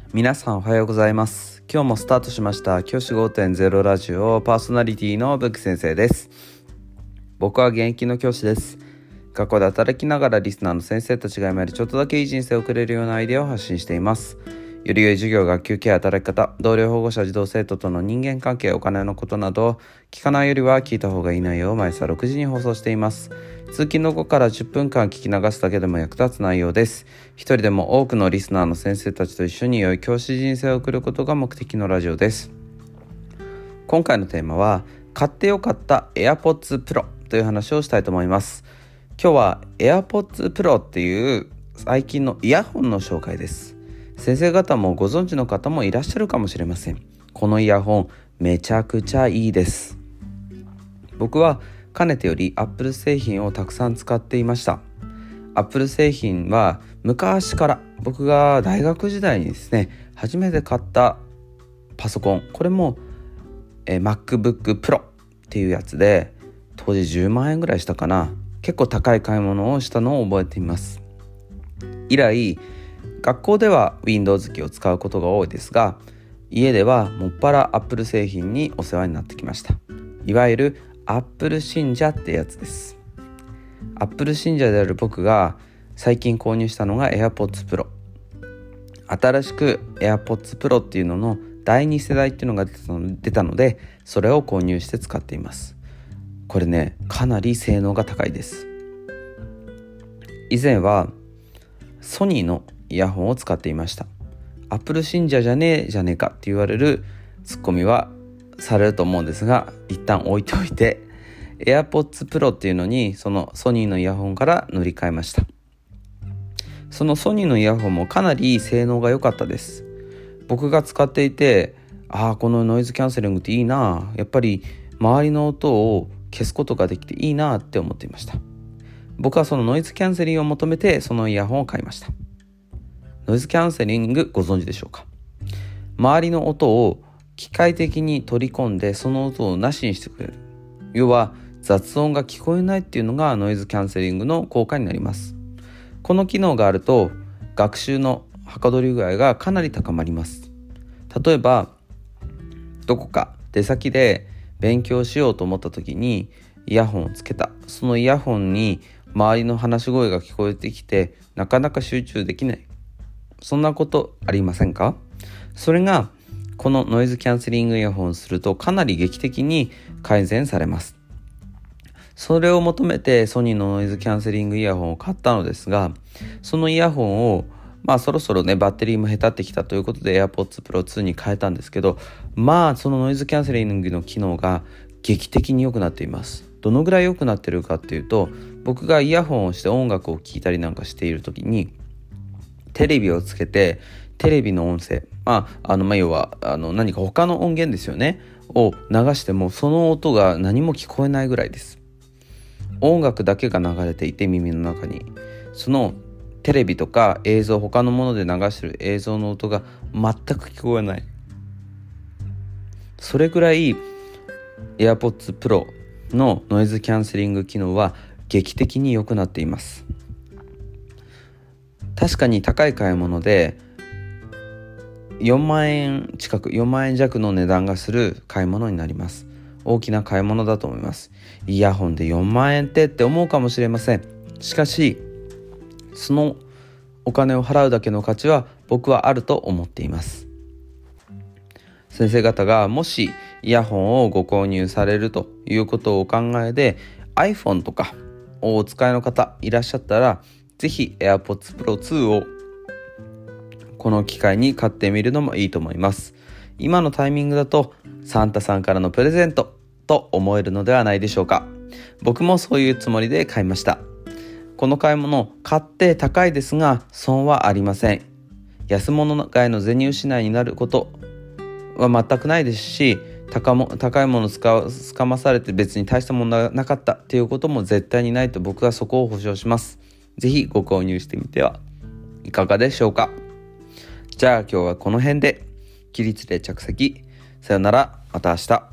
皆さんおはようございます。今日もスタートしました教師 5.0 ラジオパーソナリティのブック先生です。僕は現役の教師です。学校で働きながらリスナーの先生たちが今よりちょっとだけいい人生を送れるようなアイデアを発信しています。より良い授業、学級ケア、働き方、同僚、保護者、児童生徒との人間関係、お金のことなど聞かないよりは聞いた方がいい内容を毎朝6時に放送しています。通勤の後から10分間聞き流すだけでも役立つ内容です。一人でも多くのリスナーの先生たちと一緒に良い教師人生を送ることが目的のラジオです。今回のテーマは買ってよかった AirPods Pro という話をしたいと思います。今日は AirPods Pro っていう最近のイヤホンの紹介です。先生方もご存知の方もいらっしゃるかもしれません。このイヤホンめちゃくちゃいいです。僕はかねてより Apple 製品をたくさん使っていました。 Apple 製品は昔から僕が大学時代にですね初めて買ったパソコン、これもMacBook Pro っていうやつで当時10万円ぐらいしたかな。結構高い買い物をしたのを覚えています。以来学校では Windows 機を使うことが多いですが、家ではもっぱら Apple 製品にお世話になってきました。いわゆる Apple 信者ってやつです。 Apple 信者である僕が最近購入したのが AirPods Pro。 新しく AirPods Pro っていうのの第2世代っていうのが出たので、それを購入して使っています。これね、かなり性能が高いです。以前はソニーのイヤホンを使っていました。アップル信者じゃねえかって言われるツッコミはされると思うんですが、一旦置いておいて AirPods Pro っていうのにそのソニーのイヤホンから乗り換えました。そのソニーのイヤホンもかなり性能が良かったです。僕が使っていて、このノイズキャンセリングっていいな、やっぱり周りの音を消すことができていいなって思っていました。僕はそのノイズキャンセリングを求めてそのイヤホンを買いました。ノイズキャンセリングご存知でしょうか。周りの音を機械的に取り込んでその音をなしにしてくれる、要は雑音が聞こえないっていうのがノイズキャンセリングの効果になります。この機能があると学習のはかどり具合がかなり高まります。例えばどこか出先で勉強しようと思った時にイヤホンをつけた、そのイヤホンに周りの話し声が聞こえてきてなかなか集中できない、そんなことありませんか？それがこのノイズキャンセリングイヤホンをするとかなり劇的に改善されます。それを求めてソニーのノイズキャンセリングイヤホンを買ったのですが、そのイヤホンをそろそろねバッテリーもへたってきたということで AirPods Pro 2に変えたんですけど、そのノイズキャンセリングの機能が劇的に良くなっています。どのぐらい良くなってるかっていうと、僕がイヤホンをして音楽を聴いたりなんかしている時にテレビをつけてテレビの音声、要は何か他の音源ですよねを流してもその音が何も聞こえないぐらいです。音楽だけが流れていて耳の中にそのテレビとか映像、他のもので流している映像の音が全く聞こえない。それぐらい AirPods Pro のノイズキャンセリング機能は劇的に良くなっています。確かに高い買い物で4万円弱の値段がする買い物になります。大きな買い物だと思います。イヤホンで4万円って思うかもしれません。しかしそのお金を払うだけの価値は僕はあると思っています。先生方がもしイヤホンをご購入されるということをお考えで iPhone とかをお使いの方いらっしゃったら、ぜひ AirPods Pro 2をこの機会に買ってみるのもいいと思います。今のタイミングだとサンタさんからのプレゼントと思えるのではないでしょうか。僕もそういうつもりで買いました。この買い物買って高いですが損はありません。安物買いの銭失いになることは全くないですし、高いものつかまされて別に大したものがなかったっていうことも絶対にないと僕はそこを保証します。ぜひご購入してみてはいかがでしょうか。じゃあ今日はこの辺で。起立で着席。さよなら、また明日。